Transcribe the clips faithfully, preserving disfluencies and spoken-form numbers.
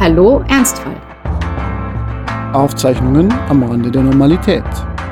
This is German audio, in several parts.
Hallo Ernstfall. Aufzeichnungen am Rande der Normalität.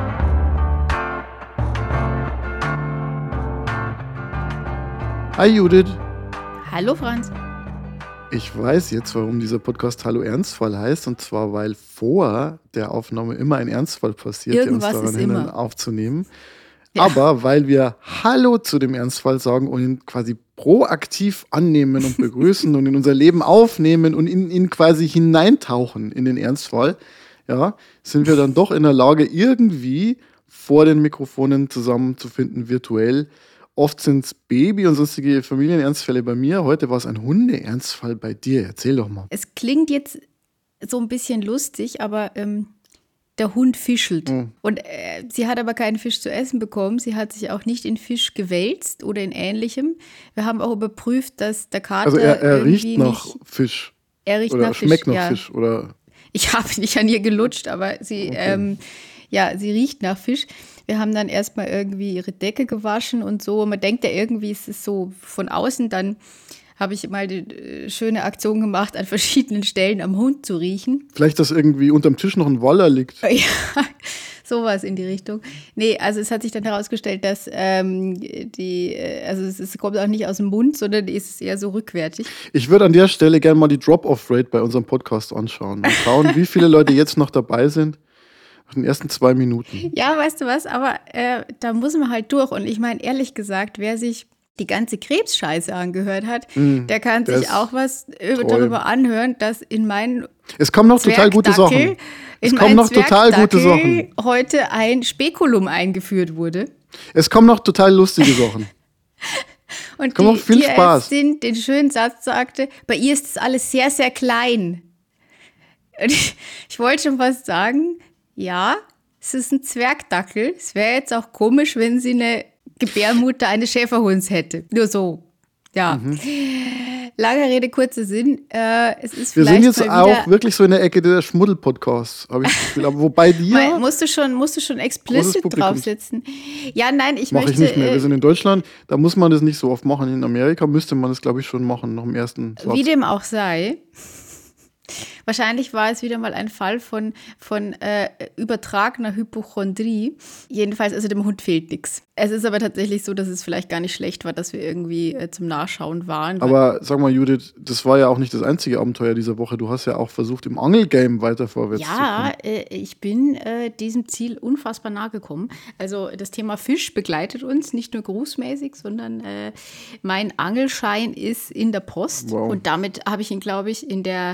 Hi Judith. Hallo Franz. Ich weiß jetzt, warum dieser Podcast Hallo Ernstfall heißt. Und zwar, weil vor der Aufnahme immer ein Ernstfall passiert, Irgendwas der uns ist daran hindert, immer. aufzunehmen. Ja. Aber weil wir Hallo zu dem Ernstfall sagen und ihn quasi proaktiv annehmen und begrüßen und in unser Leben aufnehmen und in ihn quasi hineintauchen in den Ernstfall, ja, sind wir dann doch in der Lage, irgendwie vor den Mikrofonen zusammenzufinden, virtuell. Oft sind es Baby- und sonstige Familienernstfälle bei mir. Heute war es ein Hunde-Ernstfall bei dir. Erzähl doch mal. Es klingt jetzt so ein bisschen lustig, aber ähm, der Hund fischelt. Mhm. Und äh, sie hat aber keinen Fisch zu essen bekommen. Sie hat sich auch nicht in Fisch gewälzt oder in Ähnlichem. Wir haben auch überprüft, dass der Kater Also er, er irgendwie riecht nach nicht, Fisch. er riecht Oder nach schmeckt Fisch, nach ja. Fisch. Oder Ich habe nicht an ihr gelutscht, aber sie, Okay. ähm, ja, sie riecht nach Fisch. Wir haben dann erstmal irgendwie ihre Decke gewaschen und so. Man denkt ja irgendwie, es ist so von außen. Dann habe ich mal die äh, schöne Aktion gemacht, an verschiedenen Stellen am Hund zu riechen. vielleicht, dass irgendwie unterm Tisch noch ein Waller liegt. Ja, sowas in die Richtung. Nee, also es hat sich dann herausgestellt, dass ähm, die, äh, also es, es kommt auch nicht aus dem Mund, sondern es ist eher so rückwärtig. Ich würde an der Stelle gerne mal die Drop-Off-Rate bei unserem Podcast anschauen und schauen, wie viele Leute jetzt noch dabei sind. Nach den ersten zwei Minuten. Ja, weißt du was, aber äh, da muss man halt durch. Und ich meine, ehrlich gesagt, wer sich die ganze Krebsscheiße angehört hat, Mm, der kann der sich ist auch was über, toll. darüber anhören, dass in meinen Es kommen noch total gute Zwergdackel, Sachen. Es in kommen meinen noch total gute Zwergdackel Sachen. heute ein Spekulum eingeführt wurde. Es kommen noch total lustige Sachen. Und Komm, die, noch viel die Spaß. Ärztin den schönen Satz sagte, bei ihr ist das alles sehr, sehr klein. Und ich, ich wollte schon fast sagen, ja, es ist ein Zwergdackel. Es wäre jetzt auch komisch, wenn sie eine Gebärmutter eines Schäferhunds hätte. Nur so. Ja. Mhm. Lange Rede, kurzer Sinn. Äh, es ist Wir vielleicht sind jetzt mal wieder, auch wirklich so in der Ecke der Schmuddel-Podcasts, habe ich das Gefühl. Aber wobei Mal, dir musst du schon, musst du schon Großes explicit Publikum. draufsetzen. Ja, nein, ich mache möchte. ich nicht mehr. äh, Wir sind in Deutschland, da muss man das nicht so oft machen. In Amerika müsste man das, glaube ich, schon machen, nach dem ersten Satz. Wie dem auch sei, wahrscheinlich war es wieder mal ein Fall von, von äh, übertragener Hypochondrie. Jedenfalls, also dem Hund fehlt nichts. Es ist aber tatsächlich so, dass es vielleicht gar nicht schlecht war, dass wir irgendwie äh, zum Nachschauen waren. Aber sag mal, Judith, das war ja auch nicht das einzige Abenteuer dieser Woche. Du hast ja auch versucht, im Angelgame weiter vorwärts zu Ja, kommen. äh, ich bin äh, diesem Ziel unfassbar nahe gekommen. Also das Thema Fisch begleitet uns, nicht nur grußmäßig, sondern äh, mein Angelschein ist in der Post. Wow. Und damit habe ich ihn, glaube ich, in der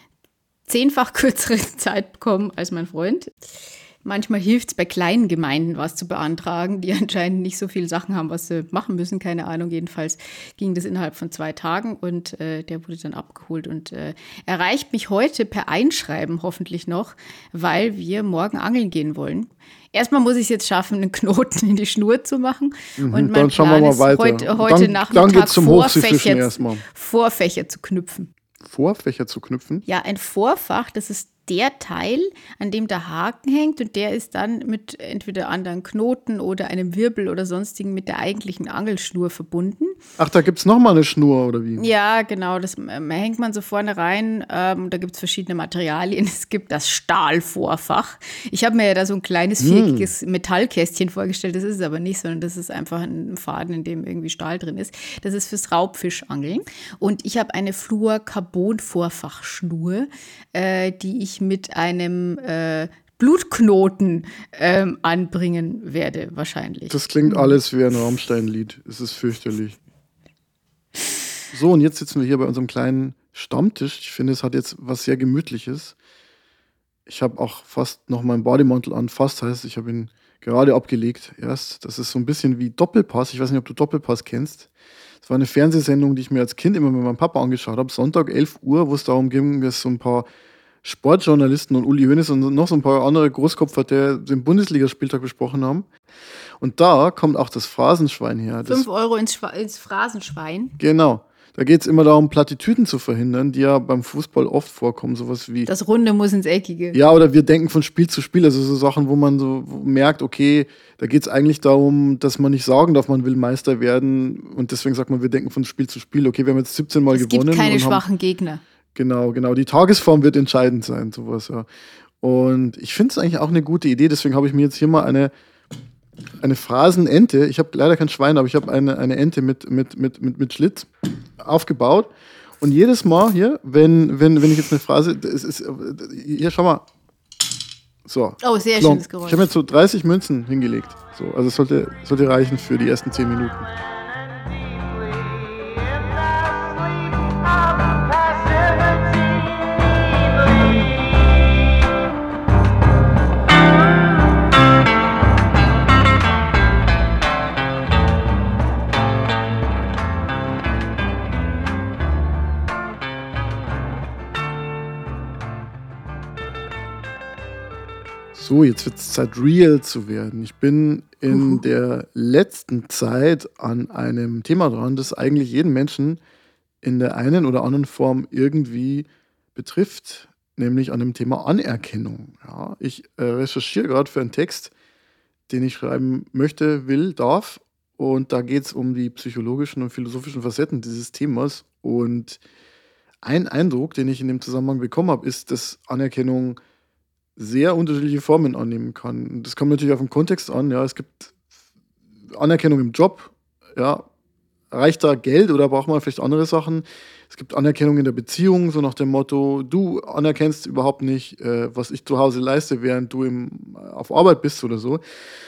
zehnfach kürzeren Zeit bekommen als mein Freund. Manchmal hilft es bei kleinen Gemeinden, was zu beantragen, die anscheinend nicht so viele Sachen haben, was sie machen müssen, keine Ahnung. Jedenfalls ging das innerhalb von zwei Tagen und äh, der wurde dann abgeholt und äh, erreicht mich heute per Einschreiben hoffentlich noch, weil wir morgen angeln gehen wollen. Erstmal muss ich es jetzt schaffen, einen Knoten in die Schnur zu machen. Mhm, und mein dann schauen wir Plan mal ist, weiter. heute, Und heute dann- dann Nachmittag geht's zum Hochseefischen Vorfächer, erstmal. Vorfächer zu knüpfen. Vorfächer zu knüpfen. Ja, ein Vorfach, das ist der Teil, an dem der Haken hängt und der ist dann mit entweder anderen Knoten oder einem Wirbel oder sonstigen mit der eigentlichen Angelschnur verbunden. Ach, da gibt es nochmal eine Schnur, oder wie? Ja, genau, das ähm, hängt man so vorne rein. Ähm, da gibt es verschiedene Materialien. Es gibt das Stahlvorfach. Ich habe mir ja da so ein kleines viereckiges Metallkästchen vorgestellt. Das ist es aber nicht, sondern das ist einfach ein Faden, in dem irgendwie Stahl drin ist. Das ist fürs Raubfischangeln. Und ich habe eine Fluor-Carbon-Vorfachschnur, äh, die ich mit einem äh, Blutknoten ähm, anbringen werde, wahrscheinlich. Das klingt alles wie ein Rammstein-Lied. Es ist fürchterlich. So, und jetzt sitzen wir hier bei unserem kleinen Stammtisch. Ich finde, es hat jetzt was sehr Gemütliches. Ich habe auch fast noch meinen Bademantel an. Fast heißt, ich habe ihn gerade abgelegt erst. Das ist so ein bisschen wie Doppelpass. Ich weiß nicht, ob du Doppelpass kennst. Das war eine Fernsehsendung, die ich mir als Kind immer mit meinem Papa angeschaut habe. Sonntag elf Uhr, wo es darum ging, dass so ein paar Sportjournalisten und Uli Hoeneß und noch so ein paar andere Großkopfer, die den Bundesligaspieltag besprochen haben. Und da kommt auch das Phrasenschwein her. Das, Fünf Euro ins, Schwa- ins Phrasenschwein. genau. Da geht es immer darum, Plattitüden zu verhindern, die ja beim Fußball oft vorkommen. Sowas wie, Das Runde muss ins Eckige. ja, oder wir denken von Spiel zu Spiel. Also so Sachen, wo man so merkt, okay, da geht es eigentlich darum, dass man nicht sagen darf, man will Meister werden. Und deswegen sagt man, wir denken von Spiel zu Spiel. Okay, wir haben jetzt siebzehn Mal Es gewonnen. gibt keine und haben, schwachen Gegner. Genau, genau. Die Tagesform wird entscheidend sein, sowas, ja. Und ich finde es eigentlich auch eine gute Idee, deswegen habe ich mir jetzt hier mal eine, eine Phrasenente, ich habe leider kein Schwein, aber ich habe eine, eine Ente mit, mit, mit, mit, mit Schlitz aufgebaut. Und jedes Mal hier, wenn, wenn, wenn ich jetzt eine Phrase, es ist, hier, schau mal. So. Oh, sehr Klonk. schönes Geräusch. Ich habe jetzt so dreißig Münzen hingelegt. So, also es sollte, sollte reichen für die ersten zehn Minuten. So, jetzt wird es Zeit, real zu werden. Ich bin in Uhu. der letzten Zeit an einem Thema dran, das eigentlich jeden Menschen in der einen oder anderen Form irgendwie betrifft, nämlich an dem Thema Anerkennung. Ja, ich äh, recherchiere gerade für einen Text, den ich schreiben möchte, will, darf. Und da geht es um die psychologischen und philosophischen Facetten dieses Themas. Und ein Eindruck, den ich in dem Zusammenhang bekommen habe, ist, dass Anerkennung sehr unterschiedliche Formen annehmen kann. Das kommt natürlich auf den Kontext an. Ja, es gibt Anerkennung im Job. Ja, reicht da Geld oder braucht man vielleicht andere Sachen? Es gibt Anerkennung in der Beziehung, so nach dem Motto, du anerkennst überhaupt nicht, äh, was ich zu Hause leiste, während du im, auf Arbeit bist oder so.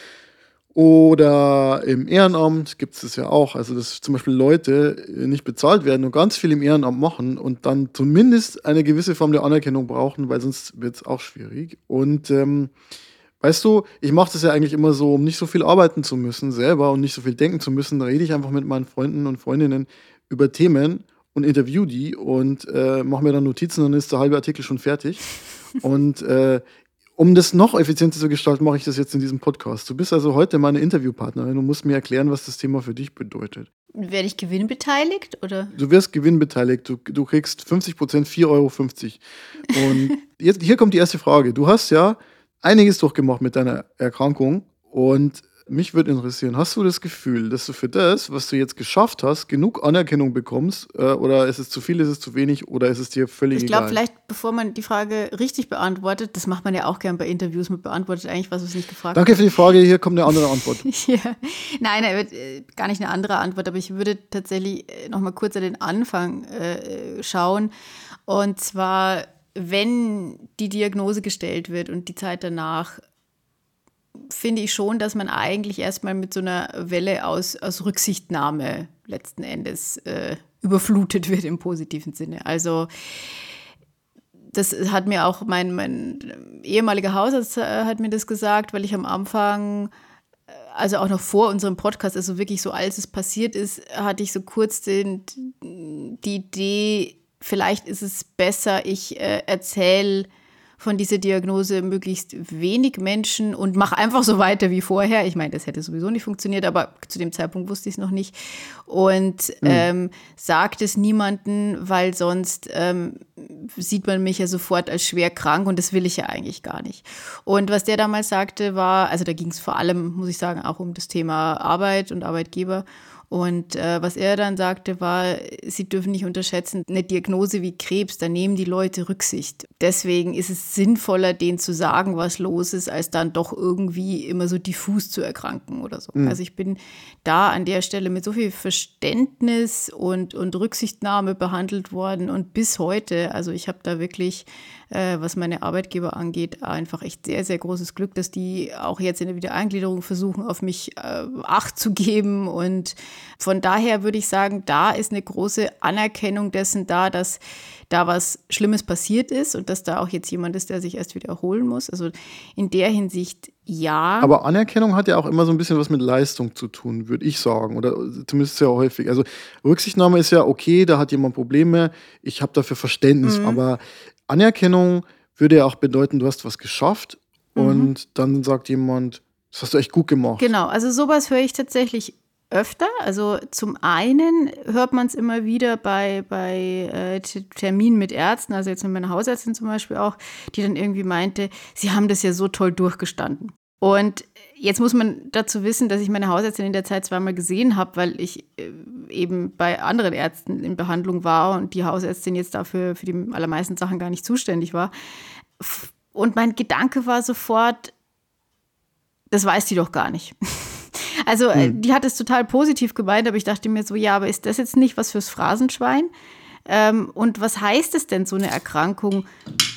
Oder im Ehrenamt gibt es das ja auch. Also, dass zum Beispiel Leute nicht bezahlt werden und ganz viel im Ehrenamt machen und dann zumindest eine gewisse Form der Anerkennung brauchen, weil sonst wird es auch schwierig. Und ähm, weißt du, ich mache das ja eigentlich immer so, um nicht so viel arbeiten zu müssen selber und nicht so viel denken zu müssen, da rede ich einfach mit meinen Freunden und Freundinnen über Themen und interview die und äh, mache mir dann Notizen, dann ist der halbe Artikel schon fertig. Und äh, um das noch effizienter zu gestalten, mache ich das jetzt in diesem Podcast. Du bist also heute meine Interviewpartnerin und musst mir erklären, was das Thema für dich bedeutet. Werde ich gewinnbeteiligt, oder? Du wirst gewinnbeteiligt. Du, du kriegst fünfzig Prozent, vier Euro fünfzig. Und jetzt, hier kommt die erste Frage. Du hast ja einiges durchgemacht mit deiner Erkrankung und mich würde interessieren, hast du das Gefühl, dass du für das, was du jetzt geschafft hast, genug Anerkennung bekommst? Äh, oder ist es zu viel, ist es zu wenig oder ist es dir völlig Ich glaube, egal? vielleicht, bevor man die Frage richtig beantwortet, das macht man ja auch gern bei Interviews, man beantwortet eigentlich was, was nicht gefragt Danke für die Frage, hier kommt eine andere Antwort. Ja. Nein, äh, gar nicht eine andere Antwort, aber ich würde tatsächlich noch mal kurz an den Anfang äh, schauen. Und zwar, wenn die Diagnose gestellt wird und die Zeit danach, finde ich schon, dass man eigentlich erstmal mit so einer Welle aus, aus Rücksichtnahme letzten Endes äh, überflutet wird im positiven Sinne. Also das hat mir auch mein, mein ehemaliger Hausarzt äh, hat mir das gesagt, weil ich am Anfang, also auch noch vor unserem Podcast, also wirklich so als es passiert ist, hatte ich so kurz den, die Idee, vielleicht ist es besser, ich äh, erzähle von dieser Diagnose möglichst wenig Menschen und mache einfach so weiter wie vorher. Ich meine, das hätte sowieso nicht funktioniert, aber zu dem Zeitpunkt wusste ich es noch nicht. Und mhm. ähm, sagt es niemandem, weil sonst ähm, sieht man mich ja sofort als schwer krank und das will ich ja eigentlich gar nicht. Und was der damals sagte war, also da ging es vor allem, muss ich sagen, auch um das Thema Arbeit und Arbeitgeber. Und äh, was er dann sagte, war, sie dürfen nicht unterschätzen, eine Diagnose wie Krebs, da nehmen die Leute Rücksicht. Deswegen ist es sinnvoller, denen zu sagen, was los ist, als dann doch irgendwie immer so diffus zu erkranken oder so. Mhm. Also ich bin da an der Stelle mit so viel Verständnis und, und Rücksichtnahme behandelt worden und bis heute, also ich habe da wirklich, äh, was meine Arbeitgeber angeht, einfach echt sehr, sehr großes Glück, dass die auch jetzt in der Wiedereingliederung versuchen, auf mich äh, Acht zu geben. Und von daher würde ich sagen, da ist eine große Anerkennung dessen da, dass da was Schlimmes passiert ist und dass da auch jetzt jemand ist, der sich erst wieder erholen muss. Also in der Hinsicht ja. Aber Anerkennung hat ja auch immer so ein bisschen was mit Leistung zu tun, würde ich sagen. Oder zumindest sehr häufig. Also Rücksichtnahme ist ja okay, da hat jemand Probleme, ich habe dafür Verständnis. Mhm. Aber Anerkennung würde ja auch bedeuten, du hast was geschafft mhm. und dann sagt jemand, das hast du echt gut gemacht. Genau, also sowas höre ich tatsächlich öfter. Also zum einen hört man es immer wieder bei, bei äh, Terminen mit Ärzten, also jetzt mit meiner Hausärztin zum Beispiel auch, die dann irgendwie meinte, sie haben das ja so toll durchgestanden. Und jetzt muss man dazu wissen, dass ich meine Hausärztin in der Zeit zweimal gesehen habe, weil ich äh, eben bei anderen Ärzten in Behandlung war und die Hausärztin jetzt dafür für die allermeisten Sachen gar nicht zuständig war. Und mein Gedanke war sofort, das weiß die doch gar nicht. Also hm. die hat es total positiv gemeint, aber ich dachte mir so, ja, aber ist das jetzt nicht was fürs Phrasenschwein? Ähm, und was heißt es denn, so eine Erkrankung?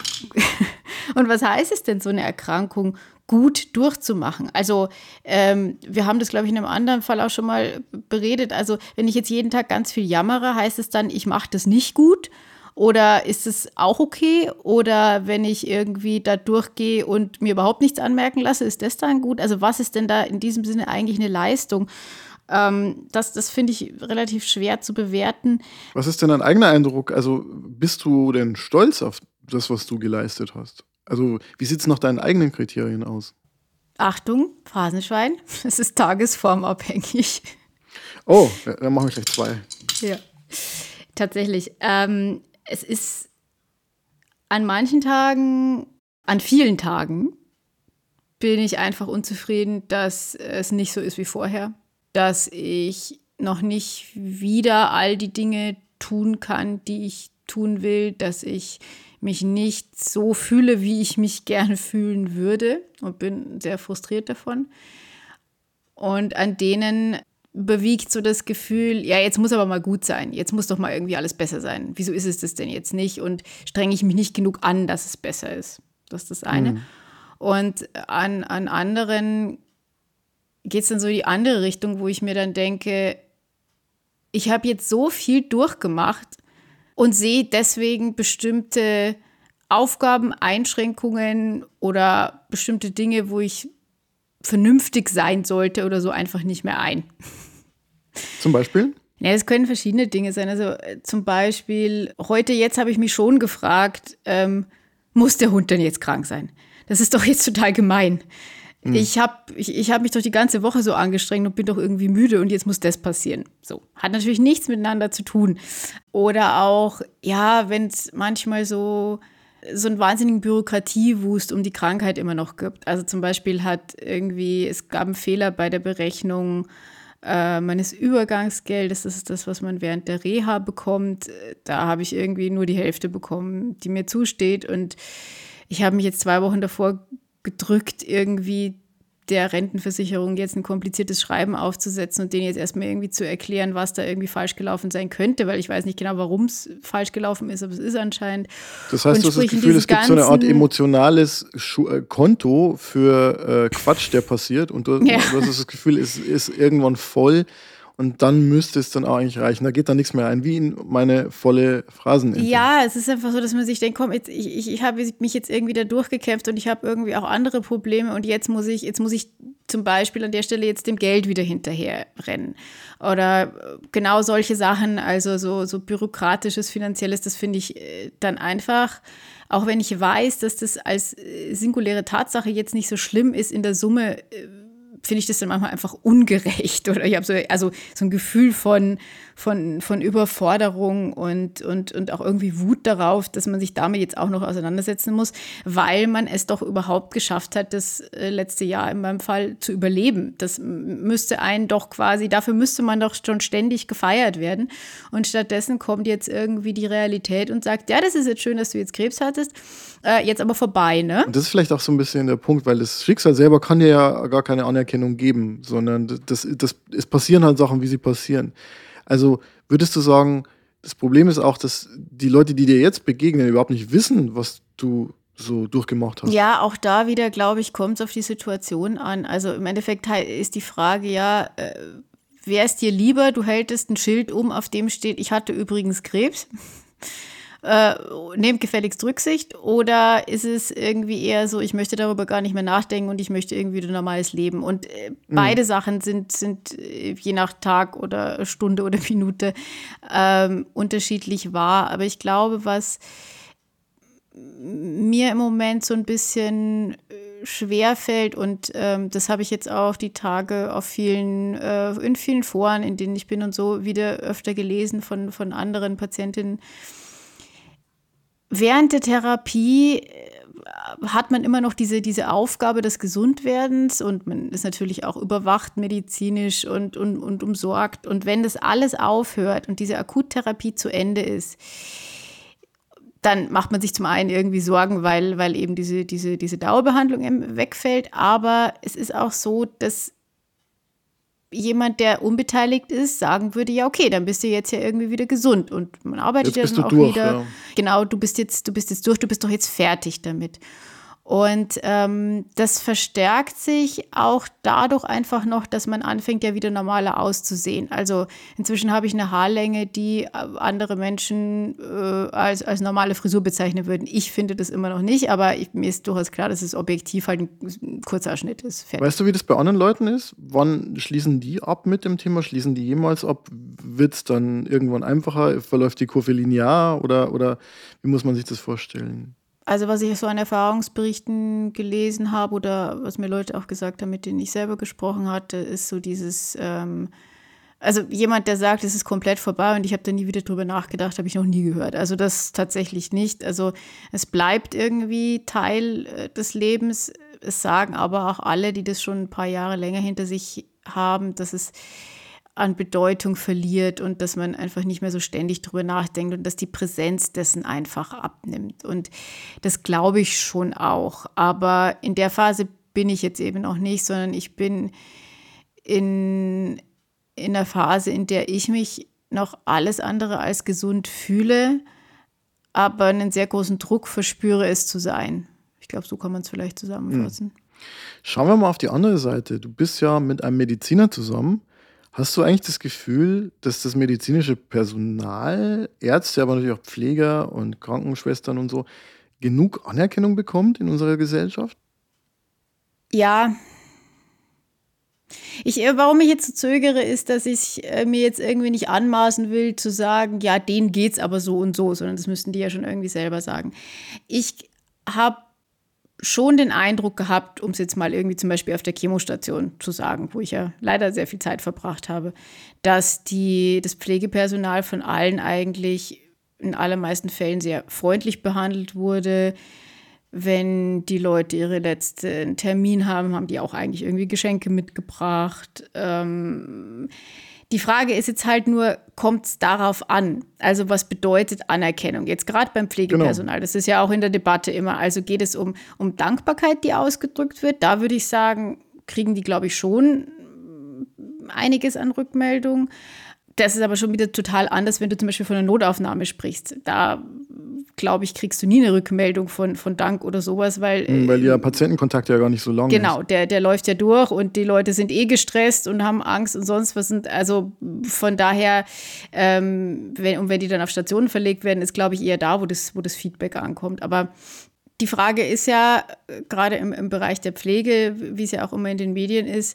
Und was heißt es denn, so eine Erkrankung gut durchzumachen? Also ähm, wir haben das, glaube ich, in einem anderen Fall auch schon mal beredet. Also wenn ich jetzt jeden Tag ganz viel jammere, heißt es dann, ich mache das nicht gut? Oder ist es auch okay? Oder wenn ich irgendwie da durchgehe und mir überhaupt nichts anmerken lasse, ist das dann gut? Also was ist denn da in diesem Sinne eigentlich eine Leistung? Ähm, das das finde ich relativ schwer zu bewerten. Was ist denn dein eigener Eindruck? Also bist du denn stolz auf das, was du geleistet hast? Also wie sieht es nach deinen eigenen Kriterien aus? Achtung, Phrasenschwein, es ist tagesformabhängig. Oh, dann machen wir gleich zwei. Ja, tatsächlich. Ähm, es ist an manchen Tagen, an vielen Tagen, bin ich einfach unzufrieden, dass es nicht so ist wie vorher. Dass ich noch nicht wieder all die Dinge tun kann, die ich tun will, dass ich mich nicht so fühle, wie ich mich gerne fühlen würde und bin sehr frustriert davon. Und an denen bewiegt so das Gefühl, ja, jetzt muss aber mal gut sein, jetzt muss doch mal irgendwie alles besser sein. Wieso ist es das denn jetzt nicht? Und strenge ich mich nicht genug an, dass es besser ist? Das ist das eine. Mhm. Und an, an anderen geht es dann so in die andere Richtung, wo ich mir dann denke, ich habe jetzt so viel durchgemacht und sehe deswegen bestimmte Aufgaben, Einschränkungen oder bestimmte Dinge, wo ich vernünftig sein sollte oder so, einfach nicht mehr ein. Zum Beispiel? Ja, es können verschiedene Dinge sein. Also äh, zum Beispiel, heute jetzt habe ich mich schon gefragt, ähm, muss der Hund denn jetzt krank sein? Das ist doch jetzt total gemein. Hm. Ich habe ich, ich hab mich doch die ganze Woche so angestrengt und bin doch irgendwie müde und jetzt muss das passieren. So, hat natürlich nichts miteinander zu tun. Oder auch, ja, wenn es manchmal so so einen wahnsinnigen Bürokratiewust um die Krankheit immer noch gibt. Also zum Beispiel hat irgendwie, es gab einen Fehler bei der Berechnung äh, meines Übergangsgeldes. Das ist das, was man während der Reha bekommt. Da habe ich irgendwie nur die Hälfte bekommen, die mir zusteht. Und ich habe mich jetzt zwei Wochen davor gedrückt, irgendwie der Rentenversicherung jetzt ein kompliziertes Schreiben aufzusetzen und denen jetzt erstmal irgendwie zu erklären, was da irgendwie falsch gelaufen sein könnte, weil ich weiß nicht genau, warum es falsch gelaufen ist, aber es ist anscheinend. Das heißt, du hast das Gefühl, es gibt so eine Art emotionales Schu- äh, Konto für äh, Quatsch, der passiert und du, ja. du hast das Gefühl, es ist irgendwann voll und dann müsste es dann auch eigentlich reichen. Da geht dann nichts mehr ein, wie in meine volle Phrasen. Ja, es ist einfach so, dass man sich denkt, komm, jetzt, ich, ich, ich habe mich jetzt irgendwie da durchgekämpft und ich habe irgendwie auch andere Probleme und jetzt muss ich, jetzt muss ich zum Beispiel an der Stelle jetzt dem Geld wieder hinterher rennen. Oder genau solche Sachen, also so, so bürokratisches, finanzielles, das finde ich dann einfach, auch wenn ich weiß, dass das als singuläre Tatsache jetzt nicht so schlimm ist, in der Summe finde ich das dann manchmal einfach ungerecht. Oder ich habe so, also so ein Gefühl von, von, von Überforderung und, und, und auch irgendwie Wut darauf, dass man sich damit jetzt auch noch auseinandersetzen muss, weil man es doch überhaupt geschafft hat, das letzte Jahr in meinem Fall zu überleben. Das müsste einen doch quasi, dafür müsste man doch schon ständig gefeiert werden. Und stattdessen kommt jetzt irgendwie die Realität und sagt, ja, das ist jetzt schön, dass du jetzt Krebs hattest, äh, jetzt aber vorbei, ne? Und das ist vielleicht auch so ein bisschen der Punkt, weil das Schicksal selber kann dir ja gar keine Anerkennung geben, sondern das, das, es passieren halt Sachen, wie sie passieren. Also würdest du sagen, das Problem ist auch, dass die Leute, die dir jetzt begegnen, überhaupt nicht wissen, was du so durchgemacht hast? Ja, auch da wieder, glaube ich, kommt es auf die Situation an. Also im Endeffekt ist die Frage ja, äh, wäre es dir lieber, du hältst ein Schild um, auf dem steht, ich hatte übrigens Krebs? Äh, nehmt gefälligst Rücksicht, oder ist es irgendwie eher so, ich möchte darüber gar nicht mehr nachdenken und ich möchte irgendwie ein normales Leben? Und äh, beide mhm. Sachen sind, sind äh, je nach Tag oder Stunde oder Minute ähm, unterschiedlich wahr. Aber ich glaube, was mir im Moment so ein bisschen schwer fällt, und ähm, das habe ich jetzt auch die Tage auf vielen, äh, in vielen Foren, in denen ich bin und so, wieder öfter gelesen von, von anderen Patientinnen. Während der Therapie hat man immer noch diese, diese Aufgabe des Gesundwerdens und man ist natürlich auch überwacht medizinisch und, und, und umsorgt. Und wenn das alles aufhört und diese Akuttherapie zu Ende ist, dann macht man sich zum einen irgendwie Sorgen, weil, weil eben diese, diese, diese Dauerbehandlung wegfällt. Aber es ist auch so, dass jemand, der unbeteiligt ist, sagen würde, ja, okay, dann bist du jetzt ja irgendwie wieder gesund und man arbeitet Jetzt ja bist dann du auch durch, wieder. ja. Genau, du bist jetzt, du bist jetzt durch, du bist doch jetzt fertig damit. Und ähm, das verstärkt sich auch dadurch einfach noch, dass man anfängt, ja wieder normaler auszusehen. Also inzwischen habe ich eine Haarlänge, die andere Menschen äh, als, als normale Frisur bezeichnen würden. Ich finde das immer noch nicht, aber ich, mir ist durchaus klar, dass es objektiv halt ein, ein kurzer Schnitt ist. Fertig. Weißt du, wie das bei anderen Leuten ist? Wann schließen die ab mit dem Thema? Schließen die jemals ab? Wird es dann irgendwann einfacher? Verläuft die Kurve linear? Oder, oder wie muss man sich das vorstellen? Also was ich so an Erfahrungsberichten gelesen habe oder was mir Leute auch gesagt haben, mit denen ich selber gesprochen hatte, ist so dieses, ähm, also jemand, der sagt, es ist komplett vorbei und ich habe da nie wieder drüber nachgedacht, habe ich noch nie gehört. Also das tatsächlich nicht. Also es bleibt irgendwie Teil äh, des Lebens. Es sagen aber auch alle, die das schon ein paar Jahre länger hinter sich haben, dass es an Bedeutung verliert und dass man einfach nicht mehr so ständig drüber nachdenkt und dass die Präsenz dessen einfach abnimmt. Und das glaube ich schon auch. Aber in der Phase bin ich jetzt eben auch nicht, sondern ich bin in, in einer Phase, in der ich mich noch alles andere als gesund fühle, aber einen sehr großen Druck verspüre, es zu sein. Ich glaube, so kann man es vielleicht zusammenfassen. Schauen wir mal auf die andere Seite. Du bist ja mit einem Mediziner zusammen. Hast du eigentlich das Gefühl, dass das medizinische Personal, Ärzte, aber natürlich auch Pfleger und Krankenschwestern und so, genug Anerkennung bekommt in unserer Gesellschaft? Ja. Ich, warum ich jetzt so zögere, ist, dass ich äh, mir jetzt irgendwie nicht anmaßen will, zu sagen, ja, denen geht's aber so und so, sondern das müssten die ja schon irgendwie selber sagen. Ich habe schon den Eindruck gehabt, um es jetzt mal irgendwie zum Beispiel auf der Chemostation zu sagen, wo ich ja leider sehr viel Zeit verbracht habe, dass die, das Pflegepersonal von allen eigentlich in allermeisten Fällen sehr freundlich behandelt wurde. Wenn die Leute ihre letzten Termin haben, haben die auch eigentlich irgendwie Geschenke mitgebracht. Ähm, die Frage ist jetzt halt nur, kommt es darauf an? Also was bedeutet Anerkennung? Jetzt gerade beim Pflegepersonal, genau. Das ist ja auch in der Debatte immer. Also geht es um, um Dankbarkeit, die ausgedrückt wird. Da würde ich sagen, kriegen die, glaube ich, schon einiges an Rückmeldungen. Das ist aber schon wieder total anders, wenn du zum Beispiel von einer Notaufnahme sprichst. Da, glaube ich, kriegst du nie eine Rückmeldung von, von Dank oder sowas, weil... Weil der Patientenkontakt ja gar nicht so lang genau, ist. der, der läuft ja durch und die Leute sind eh gestresst und haben Angst und sonst was. Und also von daher, ähm, wenn, und wenn die dann auf Stationen verlegt werden, ist, glaube ich, eher da, wo das, wo das Feedback ankommt. Aber die Frage ist ja, gerade im, im Bereich der Pflege, wie es ja auch immer in den Medien ist,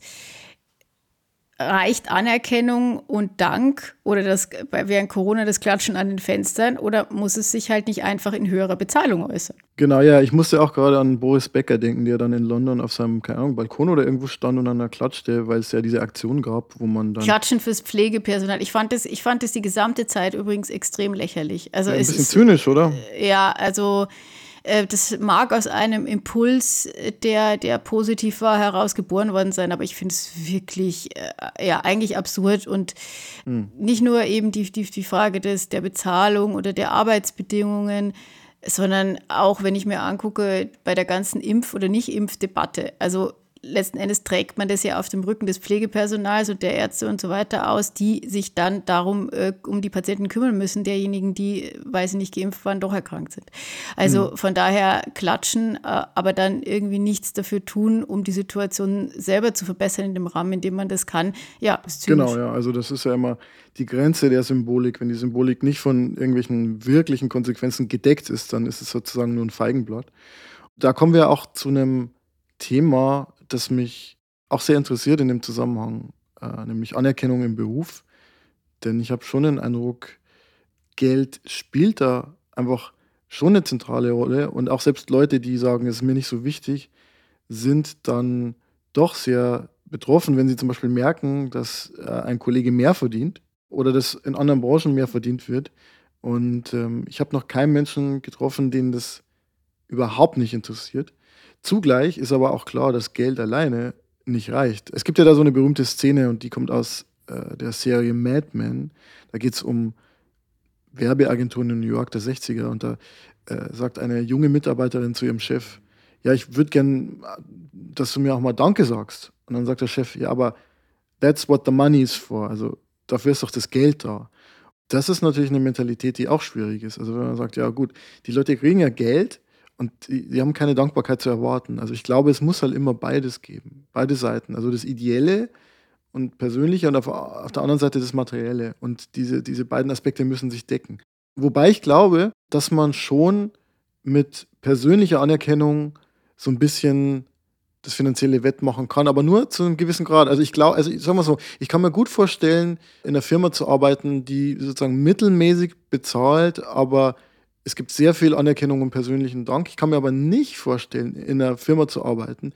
reicht Anerkennung und Dank oder das während Corona das Klatschen an den Fenstern oder muss es sich halt nicht einfach in höherer Bezahlung äußern? Genau, ja, ich musste auch gerade an Boris Becker denken, der dann in London auf seinem, keine Ahnung, Balkon oder irgendwo stand und dann da klatschte, weil es ja diese Aktion gab, wo man dann... Klatschen fürs Pflegepersonal. Ich fand das, ich fand das die gesamte Zeit übrigens extrem lächerlich. Also ja, ein es bisschen ist, zynisch, oder? Ja, also... Das mag aus einem Impuls, der, der positiv war, heraus geboren worden sein, aber ich finde es wirklich, äh, ja, eigentlich absurd und hm. nicht nur eben die, die, die Frage des, der Bezahlung oder der Arbeitsbedingungen, sondern auch, wenn ich mir angucke, bei der ganzen Impf- oder Nicht-Impf-Debatte, also letzten Endes trägt man das ja auf dem Rücken des Pflegepersonals und der Ärzte und so weiter aus, die sich dann darum äh, um die Patienten kümmern müssen, derjenigen, die, weil sie nicht geimpft waren, doch erkrankt sind. Also mhm. von daher klatschen, äh, aber dann irgendwie nichts dafür tun, um die Situation selber zu verbessern in dem Rahmen, in dem man das kann. Ja, ist zynisch. Genau, ja, also das ist ja immer die Grenze der Symbolik. Wenn die Symbolik nicht von irgendwelchen wirklichen Konsequenzen gedeckt ist, dann ist es sozusagen nur ein Feigenblatt. Da kommen wir auch zu einem Thema, das mich auch sehr interessiert in dem Zusammenhang, äh, nämlich Anerkennung im Beruf. Denn ich habe schon den Eindruck, Geld spielt da einfach schon eine zentrale Rolle. Und auch selbst Leute, die sagen, es ist mir nicht so wichtig, sind dann doch sehr betroffen, wenn sie zum Beispiel merken, dass äh, ein Kollege mehr verdient oder dass in anderen Branchen mehr verdient wird. Und ähm, ich habe noch keinen Menschen getroffen, den das überhaupt nicht interessiert. Zugleich ist aber auch klar, dass Geld alleine nicht reicht. Es gibt ja da so eine berühmte Szene und die kommt aus äh, der Serie Mad Men. Da geht es um Werbeagenturen in New York der sechziger und da äh, sagt eine junge Mitarbeiterin zu ihrem Chef, ja, ich würde gern, dass du mir auch mal Danke sagst. Und dann sagt der Chef, ja, aber that's what the money is for. Also dafür ist doch das Geld da. Das ist natürlich eine Mentalität, die auch schwierig ist. Also wenn man sagt, ja gut, die Leute kriegen ja Geld und die, die haben keine Dankbarkeit zu erwarten. Also ich glaube, es muss halt immer beides geben. Beide Seiten. Also das Ideelle und Persönliche und auf, auf der anderen Seite das Materielle. Und diese, diese beiden Aspekte müssen sich decken. Wobei ich glaube, dass man schon mit persönlicher Anerkennung so ein bisschen das finanzielle wettmachen kann, aber nur zu einem gewissen Grad. Also ich glaube, also ich sag mal so, ich kann mir gut vorstellen, in einer Firma zu arbeiten, die sozusagen mittelmäßig bezahlt, aber es gibt sehr viel Anerkennung und persönlichen Dank. Ich kann mir aber nicht vorstellen, in einer Firma zu arbeiten,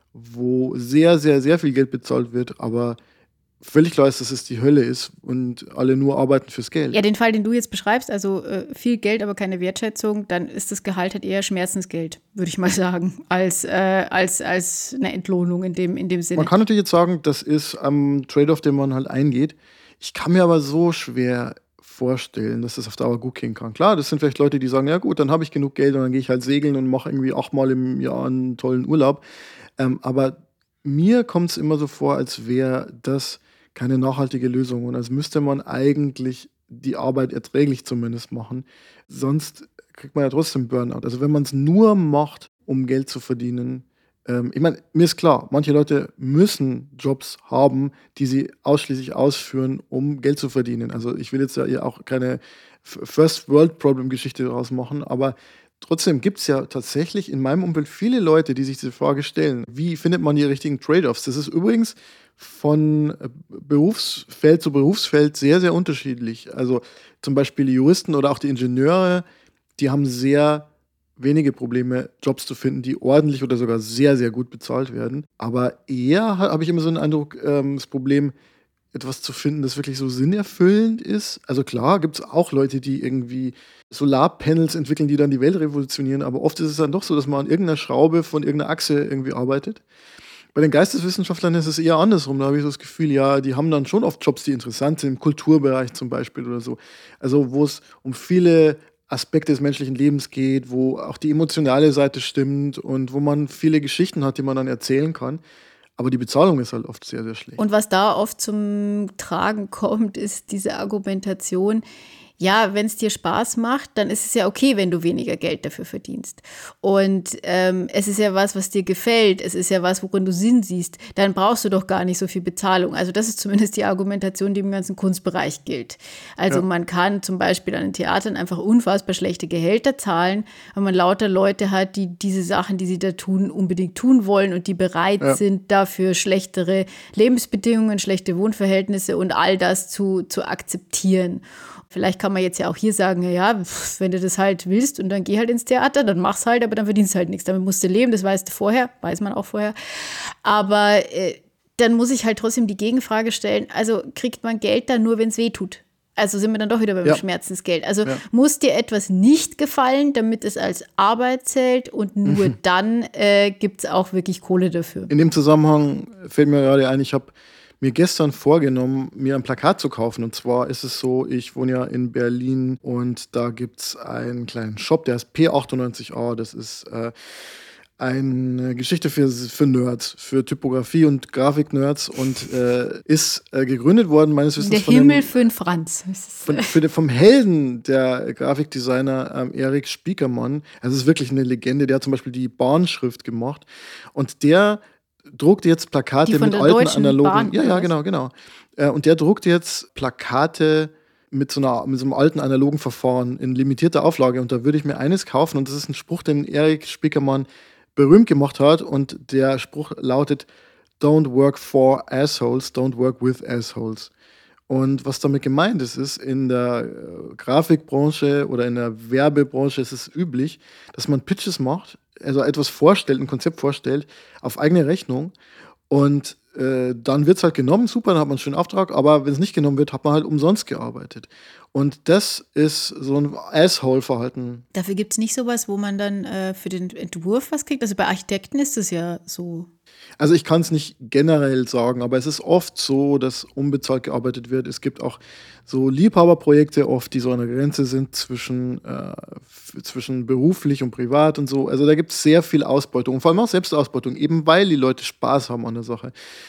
wo sehr, sehr, sehr viel Geld bezahlt wird, aber völlig klar ist, dass es die Hölle ist und alle nur arbeiten fürs Geld. Ja, den Fall, den du jetzt beschreibst, also äh, viel Geld, aber keine Wertschätzung, dann ist das Gehalt halt eher Schmerzensgeld, würde ich mal sagen, als, äh, als, als eine Entlohnung in dem, in dem Sinne. Man kann natürlich jetzt sagen, das ist am ähm, Trade-off, den man halt eingeht. Ich kann mir aber so schwer vorstellen, dass das auf Dauer gut gehen kann. Klar, das sind vielleicht Leute, die sagen, ja gut, dann habe ich genug Geld und dann gehe ich halt segeln und mache irgendwie achtmal im Jahr einen tollen Urlaub. Ähm, aber mir kommt es immer so vor, als wäre das keine nachhaltige Lösung und als müsste man eigentlich die Arbeit erträglich zumindest machen. Sonst kriegt man ja trotzdem Burnout. Also wenn man es nur macht, um Geld zu verdienen. Ähm, ich meine, mir ist klar, manche Leute müssen Jobs haben, die sie ausschließlich ausführen, um Geld zu verdienen. Also ich will jetzt ja auch keine First-World-Problem-Geschichte daraus machen, aber trotzdem gibt es ja tatsächlich in meinem Umfeld viele Leute, die sich diese Frage stellen. Wie findet man die richtigen Trade-offs? Das ist übrigens von Berufsfeld zu Berufsfeld sehr, sehr unterschiedlich. Also zum Beispiel die Juristen oder auch die Ingenieure, die haben sehr wenige Probleme, Jobs zu finden, die ordentlich oder sogar sehr, sehr gut bezahlt werden. Aber eher habe ich immer so den Eindruck, ähm, das Problem, etwas zu finden, das wirklich so sinnerfüllend ist. Also klar, gibt es auch Leute, die irgendwie Solarpanels entwickeln, die dann die Welt revolutionieren, aber oft ist es dann doch so, dass man an irgendeiner Schraube von irgendeiner Achse irgendwie arbeitet. Bei den Geisteswissenschaftlern ist es eher andersrum. Da habe ich so das Gefühl, ja, die haben dann schon oft Jobs, die interessant sind, im Kulturbereich zum Beispiel oder so. Also wo es um viele Aspekte des menschlichen Lebens geht, wo auch die emotionale Seite stimmt und wo man viele Geschichten hat, die man dann erzählen kann. Aber die Bezahlung ist halt oft sehr, sehr schlecht. Und was da oft zum Tragen kommt, ist diese Argumentation, ja, wenn es dir Spaß macht, dann ist es ja okay, wenn du weniger Geld dafür verdienst. Und ähm, es ist ja was, was dir gefällt. Es ist ja was, worin du Sinn siehst. Dann brauchst du doch gar nicht so viel Bezahlung. Also das ist zumindest die Argumentation, die im ganzen Kunstbereich gilt. Also ja. Man kann zum Beispiel an den Theatern einfach unfassbar schlechte Gehälter zahlen, weil man lauter Leute hat, die diese Sachen, die sie da tun, unbedingt tun wollen und die bereit ja. sind, dafür schlechtere Lebensbedingungen, schlechte Wohnverhältnisse und all das zu, zu akzeptieren. Vielleicht kann man jetzt ja auch hier sagen, ja, pf, wenn du das halt willst und dann geh halt ins Theater, dann mach's halt, aber dann verdienst du halt nichts. Damit musst du leben, das weißt du vorher, weiß man auch vorher. Aber äh, dann muss ich halt trotzdem die Gegenfrage stellen, also kriegt man Geld dann nur, wenn es weh tut? Also sind wir dann doch wieder beim ja. Schmerzensgeld. Also ja. muss dir etwas nicht gefallen, damit es als Arbeit zählt und nur mhm. dann äh, gibt es auch wirklich Kohle dafür. In dem Zusammenhang fällt mir gerade ein, ich habe mir gestern vorgenommen, mir ein Plakat zu kaufen. Und zwar ist es so, ich wohne ja in Berlin und da gibt es einen kleinen Shop, der heißt P achtundneunzig a. Das ist äh, eine Geschichte für, für Nerds, für Typografie- und Grafik-Nerds und äh, ist äh, gegründet worden, meines Wissens der von Himmel dem, für den Franz. Von, für den, vom Helden der Grafikdesigner ähm, Erik Spiekermann. Also es ist wirklich eine Legende. Der hat zum Beispiel die Bahnschrift gemacht und der druckt jetzt Plakate die von mit der alten Deutschen analogen. Bahn, ja, ja, genau, genau. Äh, und der druckt jetzt Plakate mit so, einer, mit so einem alten analogen Verfahren in limitierter Auflage. Und da würde ich mir eines kaufen. Und das ist ein Spruch, den Erik Spiekermann berühmt gemacht hat. Und der Spruch lautet: Don't work for assholes, don't work with assholes. Und was damit gemeint ist, ist, in der äh, Grafikbranche oder in der Werbebranche ist es üblich, dass man Pitches macht, also etwas vorstellt, ein Konzept vorstellt, auf eigene Rechnung und äh, dann wird es halt genommen, super, dann hat man einen schönen Auftrag, aber wenn es nicht genommen wird, hat man halt umsonst gearbeitet. Und das ist so ein Asshole-Verhalten. Dafür gibt es nicht sowas, wo man dann äh, für den Entwurf was kriegt? Also bei Architekten ist das ja so. Also ich kann es nicht generell sagen, aber es ist oft so, dass unbezahlt gearbeitet wird. Es gibt auch so Liebhaberprojekte oft, die so an der Grenze sind zwischen, äh, f- zwischen beruflich und privat und so. Also da gibt es sehr viel Ausbeutung und vor allem auch Selbstausbeutung, eben weil die Leute Spaß haben an der Sache.